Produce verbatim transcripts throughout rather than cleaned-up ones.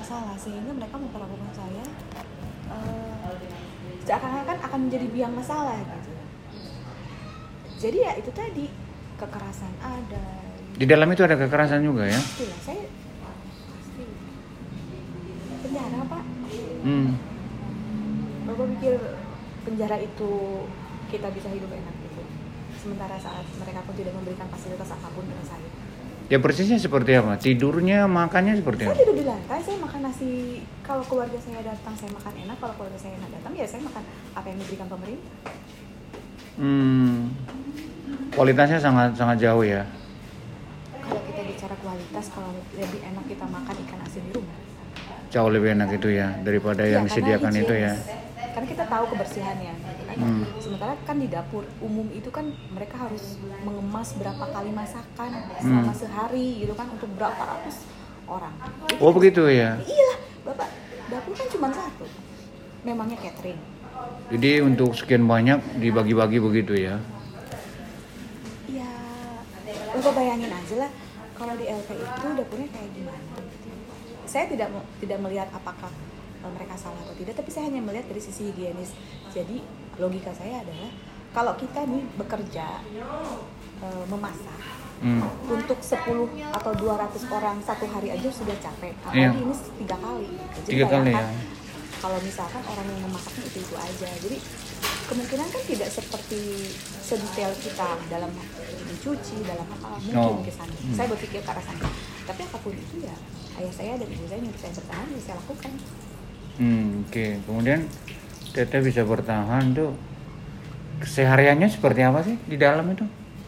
masalah sehingga mereka memperlakukan saya uh, seakan-akan akan menjadi biang masalah gitu. Jadi ya itu tadi, kekerasan ada. Di dalam itu ada kekerasan juga ya? Pastilah, saya pasti penjara Pak. Hmm. Bapak pikir penjara itu kita bisa hidup enak gitu, sementara saat mereka pun tidak memberikan fasilitas apapun pada saya. Ya persisnya seperti apa? Tidurnya, makannya seperti Saya apa? tidur di lantai, saya makan nasi. Kalau keluarga saya datang, saya makan enak. Kalau keluarga saya nggak datang, ya saya makan apa yang diberikan pemerintah. Hmm. Kualitasnya sangat sangat jauh ya. Kalau kita bicara kualitas, kalau lebih enak kita makan ikan asin di rumah. Jauh lebih enak itu ya daripada Ya, yang disediakan higienis. itu ya. Karena kita tahu kebersihannya gitu kan. Hmm. Sementara kan di dapur umum itu kan mereka harus mengemas berapa kali masakan selama Hmm. sehari gitu kan, untuk berapa ratus orang. Oh begitu ya. Iyalah, Bapak, dapur kan cuma satu. Memangnya catering. Jadi untuk sekian banyak dibagi-bagi begitu ya. Ya, Bapak bayangin aja lah kalau di L P itu dapurnya kayak gimana gitu. Saya tidak tidak melihat apakah mereka salah atau tidak, tapi saya hanya melihat dari sisi higienis. Jadi logika saya adalah kalau kita nih bekerja e, memasak hmm. untuk sepuluh atau dua ratus orang satu hari aja sudah capek, apalagi iya. Ini tiga kali gitu. Jadi tiga kali ya. Kalau misalkan orang yang memasaknya itu itu aja, jadi kemungkinan kan tidak seperti sedetail kita dalam mencuci, dalam apa mungkin no. Kesana. Hmm. Saya berpikir ke arah sana. Tapi apapun itu ya ayah saya dan ibu saya yang saya bertahan ya saya lakukan. Hmm, oke. Okay. Kemudian Teteh bisa bertahan tuh, kesehariannya seperti apa sih di dalam itu?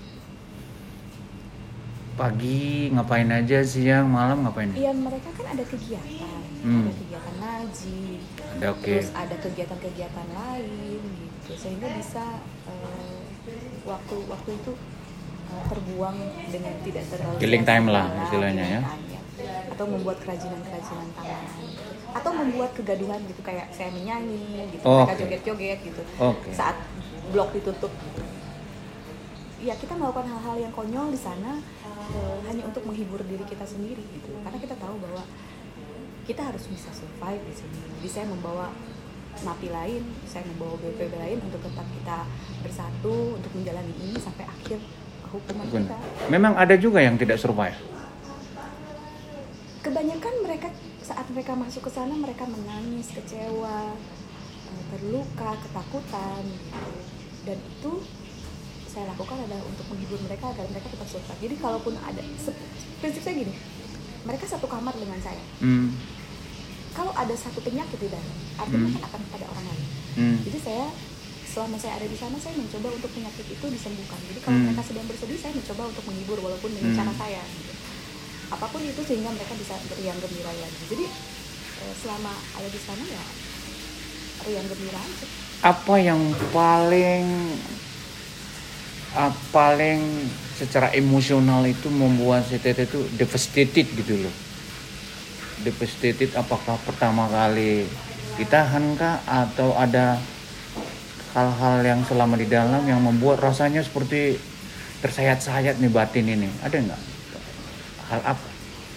Pagi ngapain aja, siang, malam ngapain? Iya, mereka kan ada kegiatan, hmm. ada kegiatan ngaji, ada, okay. Terus ada kegiatan-kegiatan lain gitu, sehingga bisa uh, waktu waktu itu uh, terbuang dengan tidak terlalu killing time lah istilahnya ya. Time, ya. Atau membuat kerajinan-kerajinan tangan. Atau membuat kegaduhan gitu, kayak saya menyanyi gitu, oh, mereka okay. joget-joget gitu okay. saat blok ditutup gitu. Ya kita melakukan hal-hal yang konyol di sana uh, hanya untuk menghibur diri kita sendiri gitu, karena kita tahu bahwa kita harus bisa survive di sini. Jadi saya membawa napi lain, saya membawa B P B lain untuk tetap kita bersatu untuk menjalani ini sampai akhir hukuman Benar. Kita. Memang ada juga yang tidak survive. Kebanyakan mereka saat mereka masuk ke sana mereka menangis, kecewa, terluka, ketakutan gitu. Dan itu saya lakukan adalah untuk menghibur mereka agar mereka tetap survive. Jadi kalaupun ada, prinsip saya gini, mereka satu kamar dengan saya. Hmm. Kalau ada satu penyakit di dalam, artinya hmm. kan akan pada orang lain. Hmm. Jadi saya selama saya ada di sana saya mencoba untuk penyakit itu disembuhkan. Jadi kalau hmm. mereka sedang bersedih, saya mencoba untuk menghibur walaupun dengan hmm. cara saya. Gitu. Apapun itu sehingga mereka bisa riang gembira lagi. Jadi selama ada di sana ya riang gembira aja. Apa yang paling uh, paling secara emosional itu membuat si Teteh itu devastated gitu loh? Devastated apakah pertama kali ditahan kah atau ada hal-hal yang selama di dalam yang membuat rasanya seperti tersayat-sayat nih batin ini? Ada nggak? Hal apa?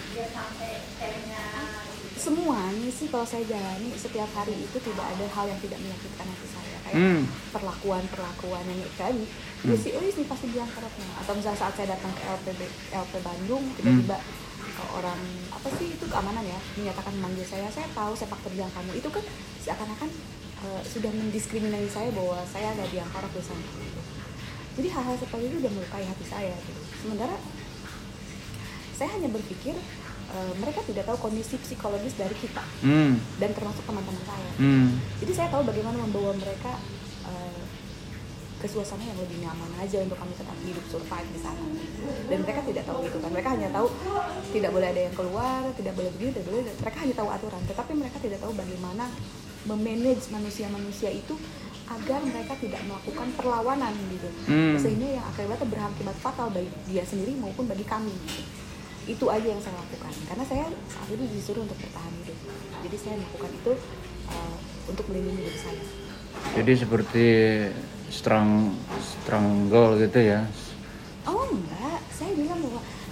Semuanya sih kalau saya jalani setiap hari itu tidak ada hal yang tidak menyakitkan hati saya, kayak hmm. perlakuan-perlakuan yang tadi hmm. si Ois nih pasti bilang kerapnya, atau misalnya saat saya datang ke L P B, L P Bandung tiba-tiba hmm. orang apa sih itu keamanan ya menyatakan memanggil saya, saya tahu sepak terjang kamu, itu kan seakan-akan uh, sudah mendiskriminasi saya bahwa saya ada biang kerok di sana gitu. Jadi hal-hal seperti itu udah melukai hati saya gitu. Sementara saya hanya berpikir uh, mereka tidak tahu kondisi psikologis dari kita hmm. dan termasuk teman-teman saya. Hmm. Jadi saya tahu bagaimana membawa mereka uh, ke suasana yang lebih nyaman aja untuk kami tetap hidup survive di sana. Dan mereka tidak tahu itu kan. Mereka hanya tahu tidak boleh ada yang keluar, tidak boleh begini, tidak boleh. Mereka hanya tahu aturan, tetapi mereka tidak tahu bagaimana memanage manusia-manusia itu agar mereka tidak melakukan perlawanan gitu. Hmm. Sehingga yang akibatnya berakibat fatal bagi dia sendiri maupun bagi kami gitu. Itu aja yang saya lakukan, karena saya saat itu disuruh untuk bertahan hidup. Jadi saya melakukan itu uh, untuk melindungi diri saya. Jadi seperti strang strangle gitu ya? Oh enggak, saya bilang bahwa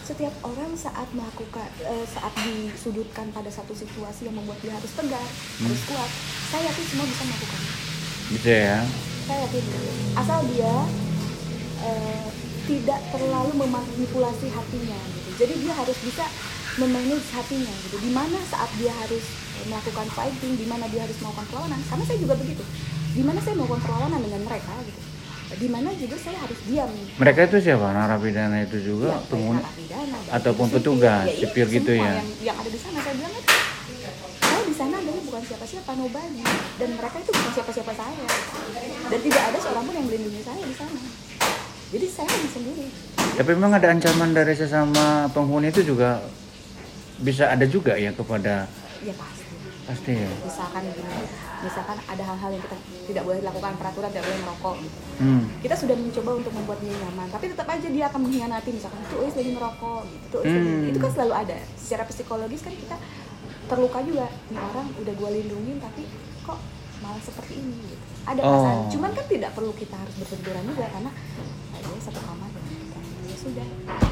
setiap orang saat melakukan uh, saat disudutkan pada satu situasi yang membuat dia harus tegar, hmm. harus kuat, saya yakin semua bisa melakukannya. Gitu ya. Saya yakin asal dia uh, tidak terlalu memanipulasi hatinya gitu. Jadi dia harus bisa memanage hatinya gitu. Di mana saat dia harus melakukan fighting, di mana dia harus melakukan perlawanan. Karena saya juga begitu. Di mana saya melakukan perlawanan dengan mereka gitu. Di mana juga saya harus diam. Mereka itu siapa? Narapidana itu juga ya, penghuni ataupun sipir, petugas ya, sipir iya, gitu ya. Yang, yang ada di sana saya bilang itu. Saya di sana adalah bukan siapa-siapa, nobody, dan mereka itu bukan siapa-siapa saya. Dan tidak ada seorang pun yang melindungi saya di sana. Jadi saya hanya sendiri. Tapi memang ada ancaman dari sesama penghuni itu juga bisa ada juga ya kepada. Ya pasti. Pasti ya. Misalkan gini, misalkan ada hal-hal yang kita tidak boleh lakukan, peraturan tidak boleh merokok gitu. Hmm. Kita sudah mencoba untuk membuat dia nyaman, tapi tetap aja dia akan mengkhianati, misalkan tuh Ois lagi merokok gitu, tuh Ois lagi. Hmm. Itu kan selalu ada. Secara psikologis kan kita terluka juga. Ini orang udah gue lindungin tapi kok malah seperti ini gitu. Ada perasaan. Oh. Cuman kan tidak perlu kita harus berbenturan juga karena dia satu kamar dengan kita. Ya sudah.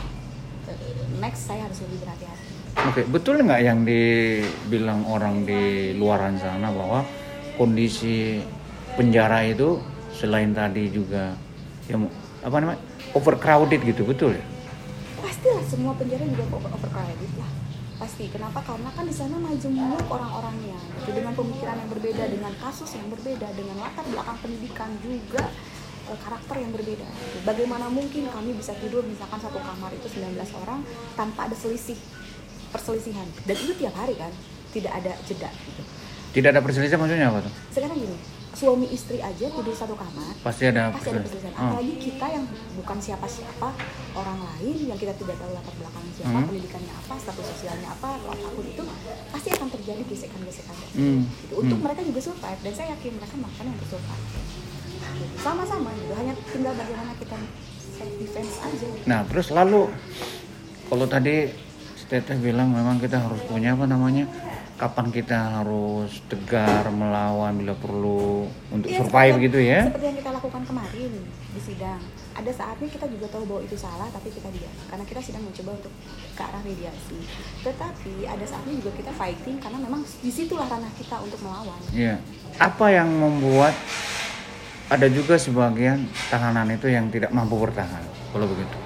Next saya harus lebih berhati-hati. Oke, betul nggak yang dibilang orang di luaran sana bahwa kondisi penjara itu selain tadi juga yang apa namanya overcrowded gitu, betul ya? Pastilah semua penjara juga over overcrowded lah. Pasti. Kenapa? Karena kan di sana majemuk orang-orangnya, gitu, dengan pemikiran yang berbeda, dengan kasus yang berbeda, dengan latar belakang pendidikan juga karakter yang berbeda. Bagaimana mungkin kami bisa tidur misalkan satu kamar itu sembilan belas orang tanpa ada selisih perselisihan, dan itu tiap hari kan, tidak ada jeda gitu. Tidak ada perselisihan maksudnya apa tuh? Sekarang gini, suami istri aja tidur satu kamar pasti ada pasti ada perselisihan. Oh. Apalagi kita yang bukan siapa-siapa, orang lain yang kita tidak tahu latar belakangnya siapa, hmm. pendidikannya apa, status sosialnya apa, atau apapun itu pasti akan terjadi gesekan-gesekan hmm. gitu. Untuk hmm. mereka juga survive, dan saya yakin mereka melakukan untuk survive gitu. Sama-sama gitu, hanya tinggal bagaimana kita self defense aja gitu. Nah terus lalu kalau tadi Teteh bilang memang kita harus punya apa namanya, kapan kita harus tegar melawan bila perlu untuk ya, survive seperti, gitu ya. Seperti yang kita lakukan kemarin di sidang. Ada saatnya kita juga tahu bahwa itu salah, tapi kita diam karena kita sedang mencoba untuk ke arah mediasi. Tetapi ada saatnya juga kita fighting karena memang disitulah ranah kita untuk melawan. Iya. Apa yang membuat ada juga sebagian tahanan itu yang tidak mampu bertahan kalau begitu?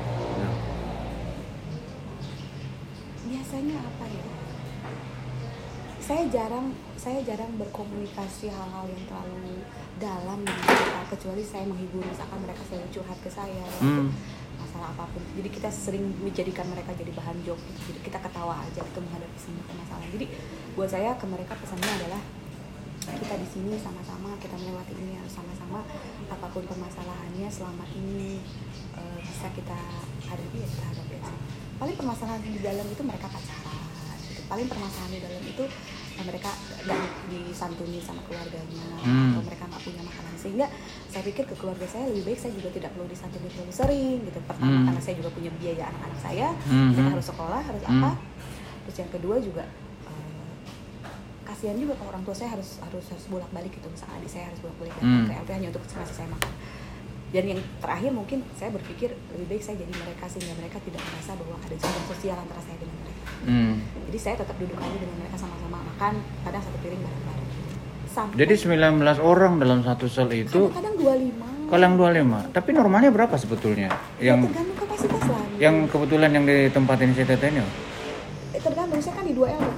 Saya jarang saya jarang berkomunikasi hal-hal yang terlalu dalam dengan mereka, kecuali saya menghibur, misalkan mereka selalu curhat ke saya hmm. masalah apapun. Jadi kita sering menjadikan mereka jadi bahan joke gitu. Jadi kita ketawa aja untuk menghadapi semua permasalahan. Jadi buat saya ke mereka pesannya adalah kita di sini sama-sama, kita melewati ini harus sama-sama, apapun permasalahannya selama ini uh, bisa kita hadapi ya kita hadapi aja. Paling permasalahan di dalam itu mereka pacaran gitu. Paling permasalahan di dalam itu mereka gak disantuni sama keluarganya hmm. atau mereka gak punya makanan, sehingga saya pikir ke keluarga saya lebih baik saya juga tidak perlu disantuni terlalu sering gitu. Pertama hmm. karena saya juga punya biaya anak-anak saya, hmm. mereka harus sekolah, harus hmm. apa. Terus yang kedua juga uh, kasihan juga kalau orang tua saya harus harus harus bolak-balik gitu, misalnya adik saya harus bolak-balik hmm. ke L P hanya untuk ngasih saya makan. Dan yang terakhir mungkin saya berpikir lebih baik saya jadi mereka sehingga mereka tidak merasa bahwa ada jenjang sosial antara saya dengan mereka. Hmm. Jadi saya tetap duduk aja dengan mereka sama-sama makan, kadang satu piring bareng-bareng. Sampai jadi sembilan belas orang dalam satu sel itu. Kadang-kadang dua puluh lima. Kadang dua puluh lima. Tapi normalnya berapa sebetulnya? Ya, yang tergantung kapasitas lah. Yang kebetulan yang ditempatin si Teteh ini? Tergantung, saya kan di dua L P.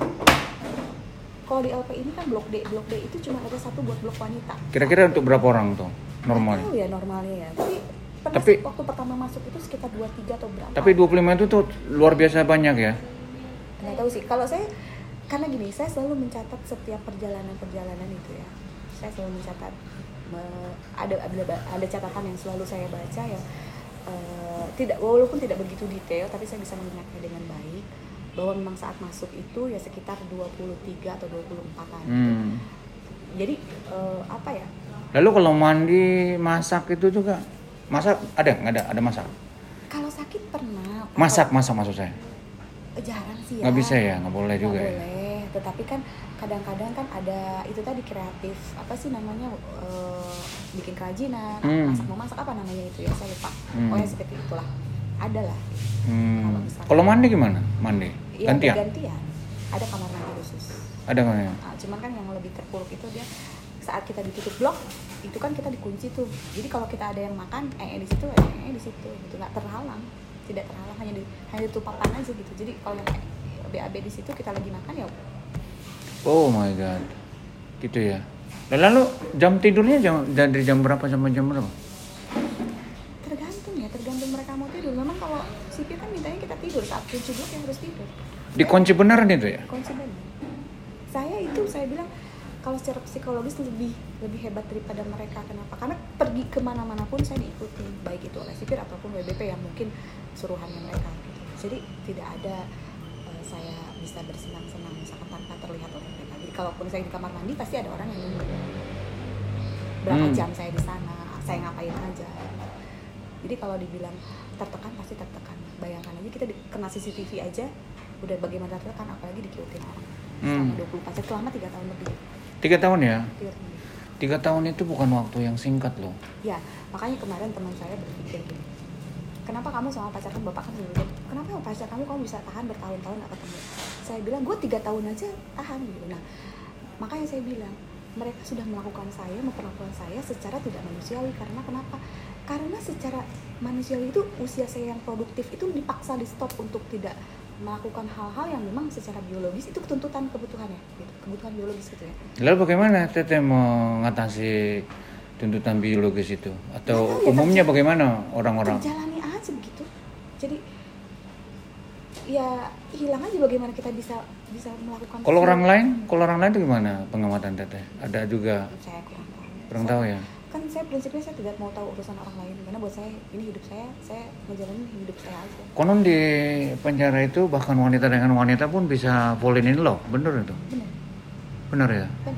Kalau di L P ini kan blok D, blok D itu cuma ada satu buat blok wanita. Kira-kira untuk berapa orang tuh? Normalnya? Tahu ya normalnya ya. Tapi pernah tapi waktu pertama masuk itu sekitar dua puluh tiga atau berapa. Tapi dua puluh lima itu tuh luar biasa banyak ya. Nggak tahu sih. Kalau saya karena gini, saya selalu mencatat setiap perjalanan-perjalanan itu ya. Saya selalu mencatat me, ada ada ada catatan yang selalu saya baca ya. Uh, tidak walaupun tidak begitu detail, tapi saya bisa mengingatnya dengan baik bahwa memang saat masuk itu ya sekitar dua puluh tiga atau dua puluh empat-an. Hmm. Jadi uh, apa ya? Lalu kalau mandi, masak itu juga masak ada nggak ada ada masak? Kalau sakit pernah. Masak masak maksud saya? Jarang sih ya. Nggak bisa ya, nggak boleh nggak juga. Nggak boleh, ya? Tetapi kan kadang-kadang kan ada itu tadi kreatif apa sih namanya uh, bikin kerajinan, hmm. masak memasak apa namanya itu ya saya lupa. Hmm. Pokoknya seperti itulah. ada lah. Hmm. Kalau mandi gimana? Mandi? Ya, gantian? gantian. Ada kamar mandi khusus. Ada nggak ya? Nah, cuman kan yang lebih terpuruk itu dia saat kita ditutup blok itu kan kita dikunci tuh. Jadi kalau kita ada yang makan eh di situ eh di situ gitu nggak terhalang, tidak terhalang hanya di hanya ditutup papan aja gitu. Jadi kalau yang B A B di situ kita lagi makan ya. Oh my god, gitu ya. Lalu jam tidurnya jam dari jam berapa sampai jam berapa? Tergantung ya, tergantung mereka mau tidur. Memang kalau sipir kan mintanya kita tidur saat kunci blok yang harus tidur. Dikunci beneran itu ya? Kunci bener. Saya itu saya bilang kalau secara psikologis lebih lebih hebat daripada mereka. Kenapa? Karena pergi kemana-mana pun saya diikuti, baik itu oleh sipir ataupun W B P yang mungkin suruhannya mereka. Gitu. Jadi tidak ada uh, saya bisa bersenang-senang misalkan tanpa terlihat oleh mereka. Jadi kalaupun saya di kamar mandi pasti ada orang yang nunggu. Berapa hmm. jam saya di sana, saya ngapain aja. Jadi kalau dibilang tertekan pasti tertekan. Bayangkan aja kita di, kena C C T V aja udah bagaimana tertekan, apalagi diikutin orang. Selama hmm. dua puluh empat jam, selama tiga tahun lebih. Tiga tahun ya? Tiga tahun. Tiga tahun itu bukan waktu yang singkat loh. Ya, makanya kemarin teman saya berpikir gini, kenapa kamu sama pacar kamu, bapak kan dulu, kenapa sama pacar kamu kamu bisa tahan bertahun-tahun gak ketemu? Saya bilang, gue tiga tahun aja tahan gitu. Nah, makanya saya bilang, mereka sudah melakukan saya, memperlakukan saya secara tidak manusiawi. Karena kenapa? Karena secara manusiawi itu usia saya yang produktif itu dipaksa di stop untuk tidak melakukan hal-hal yang memang secara biologis itu tuntutan kebutuhannya, gitu. Kebutuhan biologis gitu ya. Lalu bagaimana Teteh mengatasi tuntutan biologis itu? Atau nah, ya, umumnya bagaimana orang-orang? Terjalani aja begitu. Jadi ya hilang aja bagaimana kita bisa bisa melakukan. Kalau orang lain, kalau orang lain itu gimana pengamatan Teteh? Ada juga? Saya kurang tahu. Kurang saya, tahu ya. Kan saya prinsipnya saya tidak mau tahu urusan orang lain karena buat saya ini hidup saya, saya ngejalanin hidup saya aja. Konon di penjara itu bahkan wanita dengan wanita pun bisa falling in love, bener itu? Benar. Benar ya? Benar.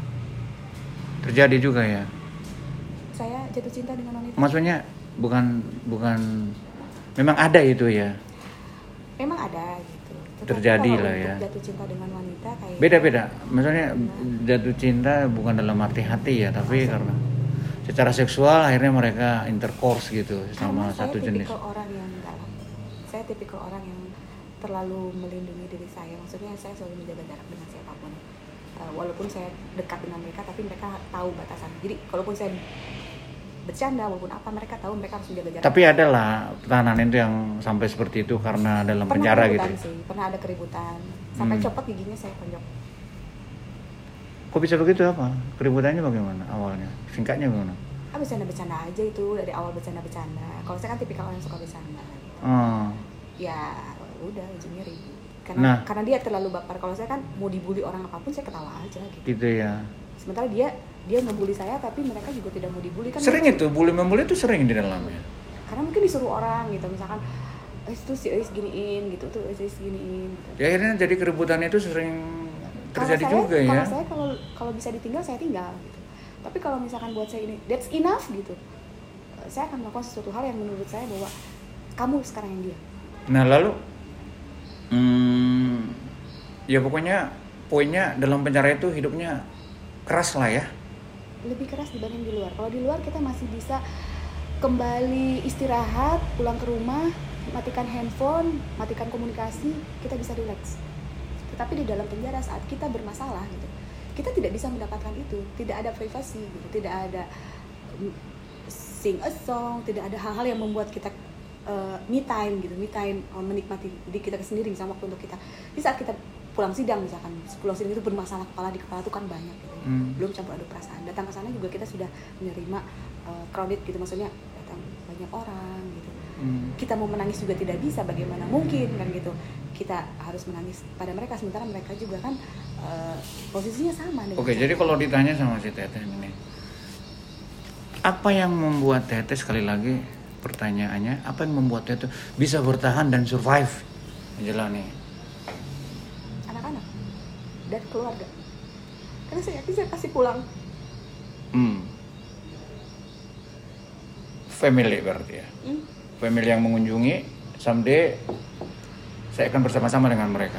Terjadi juga ya? Saya jatuh cinta dengan wanita. Maksudnya bukan bukan memang ada itu ya? Memang ada gitu. Tetapi terjadi lah ya. Jatuh cinta dengan wanita kayak beda-beda. Maksudnya benar. Jatuh cinta bukan dalam arti hati ya, tapi Masa. karena secara seksual akhirnya mereka intercourse gitu sama satu jenis. Saya tipikal orang yang dalam. Saya tipikal orang yang terlalu melindungi diri saya. Maksudnya saya selalu menjaga jarak dengan siapapun. Uh, walaupun saya dekat dengan mereka, tapi mereka tahu batasan. Jadi kalaupun saya bercanda walaupun apa, mereka tahu mereka harus menjaga jarak. Tapi adalah tahanan itu yang sampai seperti itu karena dalam pernah penjara gitu. Sih. Pernah ada keributan. Sampai hmm. copot giginya saya tonjok. Kok bisa begitu apa? Keributannya bagaimana awalnya? Singkatnya bagaimana? Ah, bercanda-bercanda aja itu, dari awal bercanda-bercanda. Kalau saya kan tipikal orang yang suka bercanda. Oh. Ya udah ujungnya ribut. Karena nah. karena dia terlalu baper. Kalau saya kan mau dibully orang apapun saya ketawa aja gitu. Gitu ya. Sementara dia dia ngebully saya tapi mereka juga tidak mau dibully kan. Sering itu, bully membully itu sering di dalamnya. Karena mungkin disuruh orang gitu, misalkan itu si Eis giniin gitu, tuh Eis giniin gitu. Ya akhirnya jadi keributan itu sering terjadi saya, juga ya. Kalau saya kalau kalau bisa ditinggal saya tinggal gitu. Tapi kalau misalkan buat saya ini that's enough gitu, saya akan melakukan sesuatu hal yang menurut saya bahwa kamu sekarang yang dia. Nah lalu, hmm, ya pokoknya poinnya dalam penjara itu hidupnya keras lah ya. Lebih keras dibanding di luar. Kalau di luar kita masih bisa kembali istirahat, pulang ke rumah, matikan handphone, matikan komunikasi, kita bisa relax. Tetapi di dalam penjara saat kita bermasalah gitu, kita tidak bisa mendapatkan itu. Tidak ada privasi gitu, tidak ada sing a song, tidak ada hal-hal yang membuat kita uh, me time gitu, me time uh, menikmati diri kita sendiri misalnya waktu untuk kita. Di saat kita pulang sidang misalkan, pulang sidang itu bermasalah kepala di kepala itu kan banyak gitu. Hmm. Belum campur aduk perasaan. Datang ke sana juga kita sudah menerima uh, crowded gitu, maksudnya datang banyak orang gitu. Hmm. Kita mau menangis juga tidak bisa, bagaimana mungkin kan gitu. Kita harus menangis pada mereka sementara mereka juga kan uh, posisinya sama. Oke, jadi kalau ditanya sama si Teteh ini, apa yang membuat Teteh, sekali lagi pertanyaannya, apa yang membuat Teteh bisa bertahan dan survive menjalani? Anak-anak dan keluarga. Karena saya yakin saya pasti pulang. Hmm. Family berarti ya. Hmm. Family yang mengunjungi, someday saya akan bersama-sama dengan mereka.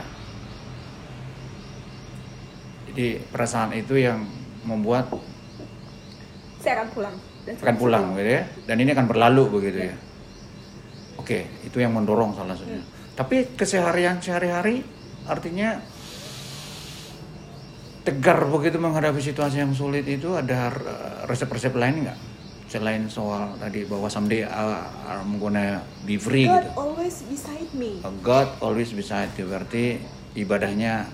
Jadi perasaan itu yang membuat saya akan pulang. Dan akan pulang gitu ya. Dan ini akan berlalu begitu ya. Oke, itu yang mendorong salah satunya. Hmm. Tapi keseharian sehari-hari artinya tegar begitu menghadapi situasi yang sulit itu ada resep-resep lain nggak? Selain soal tadi bahwa someday I'm gonna be free God gitu. God always beside me. God always beside you, berarti ibadahnya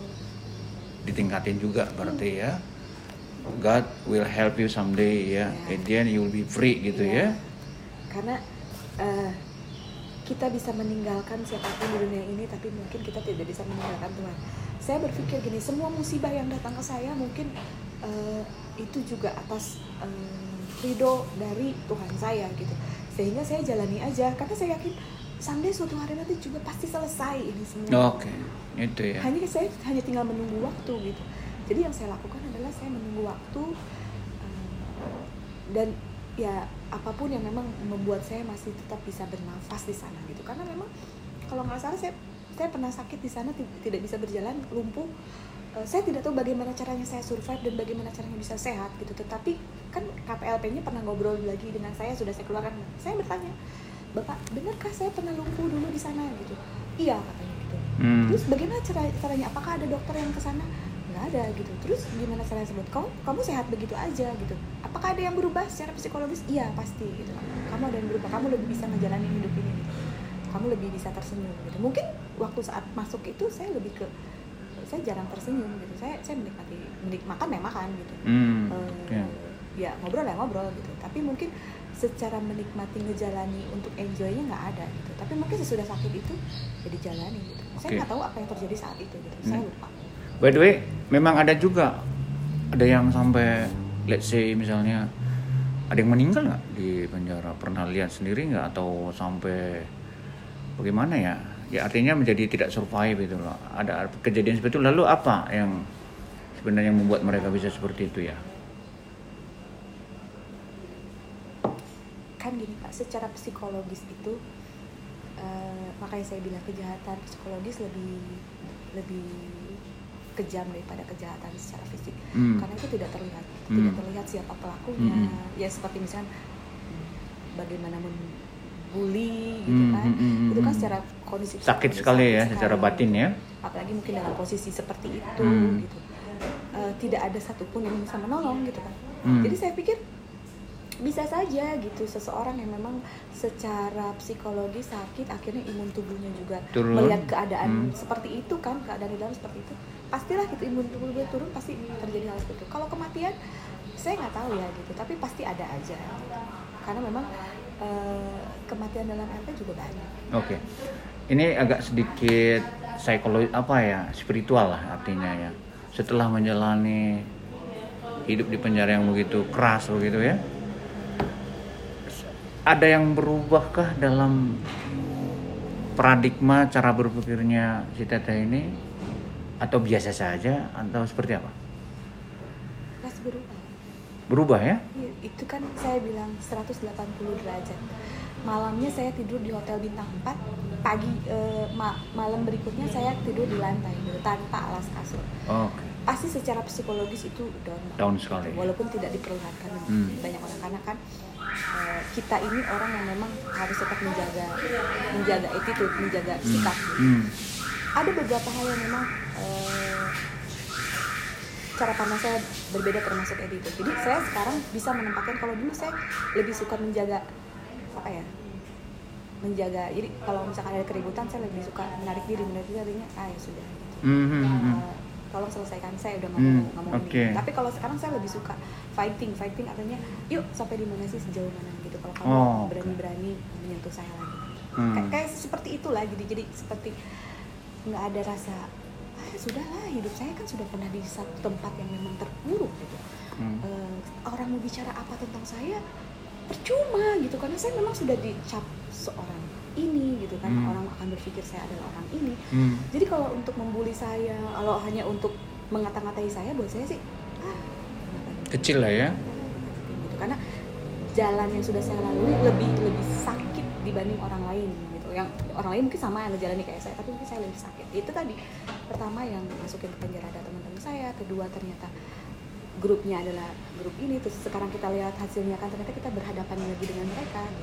ditingkatin juga berarti hmm. ya. God will help you someday ya. Yeah. At the end you will be free gitu yeah. ya. Karena uh, kita bisa meninggalkan siapapun di dunia ini, tapi mungkin kita tidak bisa meninggalkan Tuhan. Saya berpikir gini, semua musibah yang datang ke saya mungkin uh, itu juga atas uh, ridho dari Tuhan saya gitu, sehingga saya jalani aja karena saya yakin someday suatu hari nanti juga pasti selesai ini semua. Oke, okay. Itu ya. Hanya saya hanya tinggal menunggu waktu gitu. Jadi yang saya lakukan adalah saya menunggu waktu um, dan ya apapun yang memang membuat saya masih tetap bisa bernafas di sana gitu. Karena memang kalau nggak salah saya saya pernah sakit di sana, tidak bisa berjalan, lumpuh. Uh, saya tidak tahu bagaimana caranya saya survive dan bagaimana caranya bisa sehat gitu. Tetapi kan K P L P-nya pernah ngobrol lagi dengan saya, sudah saya keluarkan. Saya bertanya, Bapak, benarkah saya pernah lumpuh dulu di sana gitu? Iya katanya gitu. Hmm. Terus bagaimana cara, caranya? Apakah ada dokter yang ke sana? Nggak ada gitu. Terus gimana caranya sebut? Kamu kamu sehat begitu aja gitu. Apakah ada yang berubah secara psikologis? Iya pasti gitu. Kamu ada yang berubah. Kamu lebih bisa ngejalanin hidup ini gitu. Kamu lebih bisa tersenyum gitu. Mungkin waktu saat masuk itu saya lebih ke saya jarang tersenyum gitu. Saya saya menikmati menik makan ya makan gitu. Hmm, uh, yeah. Ya ngobrol ya ngobrol gitu. Tapi mungkin secara menikmati ngejalani untuk enjoy-nya nggak ada gitu. Tapi mungkin sesudah sakit itu jadi jalani gitu. Okay. Saya nggak tahu apa yang terjadi saat itu gitu. Hmm. Saya lupa. By the way, memang ada juga ada yang sampai let's say misalnya ada yang meninggal nggak di penjara? Pernah lihat sendiri nggak atau sampai bagaimana ya? Ya artinya menjadi tidak survive gitu loh. Ada kejadian seperti itu. Lalu apa yang sebenarnya membuat mereka bisa seperti itu ya? Kan gini Pak, secara psikologis itu uh, makanya saya bilang kejahatan psikologis lebih lebih kejam daripada kejahatan secara fisik. Hmm. Karena itu tidak terlihat, hmm. tidak terlihat siapa pelakunya. Hmm. Ya seperti misalnya bagaimana membuli gitu kan. Hmm. Hmm. Itu kan secara kondisi sakit sekali ya, sekali, secara batin ya. Apalagi mungkin dalam posisi seperti itu hmm. gitu. Uh, tidak ada satupun yang bisa menolong gitu kan. Hmm. Jadi saya pikir bisa saja gitu seseorang yang memang secara psikologis sakit akhirnya imun tubuhnya juga turun. Melihat keadaan hmm. seperti itu kan, keadaan di dalam seperti itu pastilah gitu imun tubuhnya turun, pasti terjadi hal seperti itu. Kalau kematian saya nggak tahu ya gitu, tapi pasti ada aja gitu. Karena memang e, kematian dalam R P juga banyak. Oke, okay. Ini agak sedikit psikologi apa ya, spiritual lah artinya ya. Setelah menjalani hidup di penjara yang begitu keras begitu ya, ada yang berubahkah dalam paradigma cara berpikirnya si Teteh ini atau biasa saja atau seperti apa? Masih berubah. Berubah ya? Itu kan saya bilang seratus delapan puluh derajat. Malamnya saya tidur di hotel bintang empat, pagi eh, ma- malam berikutnya saya tidur di lantai gitu, tanpa alas kasur. Oh, okay. Pasti secara psikologis itu down. Down sekali. Walaupun tidak diperlihatkan hmm. banyak orang, karena kan kita ini orang yang memang harus tetap menjaga menjaga attitude, menjaga sikap. Hmm. Ada beberapa hal yang memang uh, cara pandang saya berbeda termasuk attitude. Jadi saya sekarang bisa menempatkan, kalau dulu saya lebih suka menjaga apa ya? Menjaga. Jadi kalau misalkan ada keributan saya lebih suka menarik diri, menarik diri artinya ah ya sudah gitu. Hmm. Uh, tolong selesaikan, saya udah nggak mau hmm, nggak mau okay. ini. Tapi kalau sekarang saya lebih suka fighting, fighting artinya yuk sampai di mana sih, sejauh mana gitu. Kalau kamu oh, berani-berani menyentuh saya lagi, hmm. Kay- kayak seperti itulah. Jadi jadi seperti nggak ada rasa ah sudahlah, hidup saya kan sudah pernah di satu tempat yang memang terpuruk gitu. Hmm. Uh, orang mau bicara apa tentang saya percuma gitu, karena saya memang sudah dicap seorang ini gitu kan, hmm. orang akan berpikir saya adalah orang ini. Hmm. Jadi kalau untuk membuli saya, kalau hanya untuk mengata-ngatai saya, buat saya sih ah, kecil lah ya. Gitu. Karena jalan yang sudah saya lalui lebih lebih sakit dibanding orang lain gitu. Yang orang lain mungkin sama yang ngejalani kayak saya, tapi mungkin saya lebih sakit. Itu tadi pertama yang masukin ke penjara ada teman-teman saya, kedua ternyata grupnya adalah grup ini, terus sekarang kita lihat hasilnya kan ternyata kita berhadapan lagi dengan mereka gitu.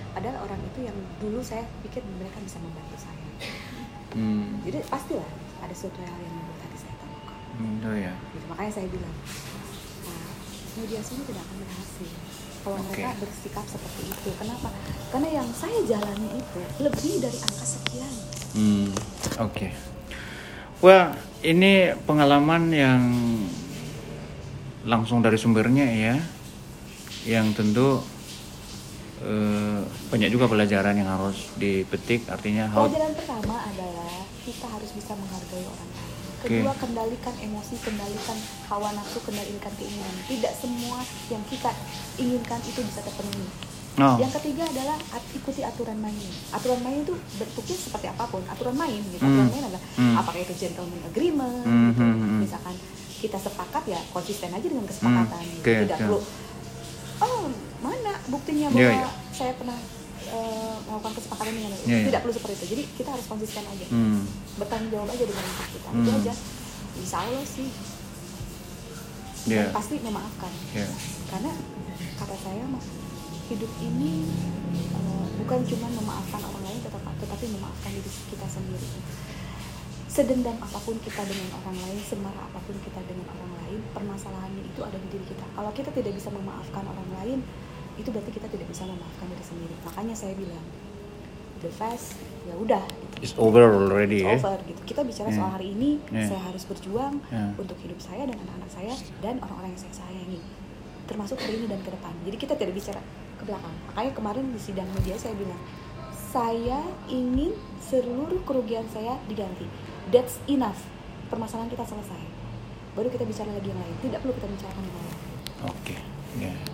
adalah orang itu yang dulu saya pikir mereka bisa membantu saya. Hmm. Jadi pastilah ada sesuatu hal yang membuat hati saya terluka. Hmm, oh ya. Gitu, makanya saya bilang, nah, mediasi ini tidak akan berhasil kalau okay. mereka bersikap seperti itu. Kenapa? Karena yang saya jalani itu lebih dari angka sekian. Hmm, oke. Okay. Well, ini pengalaman yang langsung dari sumbernya ya, yang tentu uh, banyak juga pelajaran yang harus dipetik. Artinya how... pelajaran pertama adalah kita harus bisa menghargai orang lain. Kedua, okay. kendalikan emosi, kendalikan hawa nafsu, kendalikan keinginan. Tidak semua yang kita inginkan itu bisa terpenuhi. Oh. Yang ketiga adalah ikuti aturan main. Aturan main itu bentuknya seperti apapun. Aturan main, gitu. Mm. Aturan main adalah mm. apakah itu gentleman agreement, mm-hmm. gitu. Misalkan kita sepakat ya konsisten aja dengan kesepakatan. Mm. Okay, tidak perlu. Okay. Oh, mana buktinya bahwa yeah, yeah. saya pernah uh, melakukan kesepakatan dengan itu? Yeah, tidak yeah. perlu seperti itu. Jadi kita harus konsisten aja. Mm. Bertanggung jawab aja dengan hidup kita. Mm. Itu aja. Insya Allah sih. Yeah. Dan pasti memaafkan. Yeah. Karena kata saya mah, hidup ini uh, bukan cuma memaafkan orang lain, tetapi, tetapi memaafkan diri kita sendiri. Sedendam apapun kita dengan orang lain, semarah apapun kita dengan orang lain, permasalahannya itu ada di diri kita. Kalau kita tidak bisa memaafkan orang lain, itu berarti kita tidak bisa memaafkan diri sendiri. Makanya saya bilang, the fast, ya udah. Gitu. It's over already. It's eh? over. Gitu. Kita bicara yeah. soal hari ini, yeah. saya harus berjuang yeah. untuk hidup saya dan anak-anak saya dan orang-orang yang saya sayangi, termasuk hari ini dan ke depan. Jadi kita tidak bicara ke belakang. Makanya kemarin di sidang media saya bilang, saya ingin seluruh kerugian saya diganti. That's enough. Permasalahan kita selesai. Baru kita bicara lagi yang lain. Tidak perlu kita bicarakan yang lain. Oke. Okay. Yeah.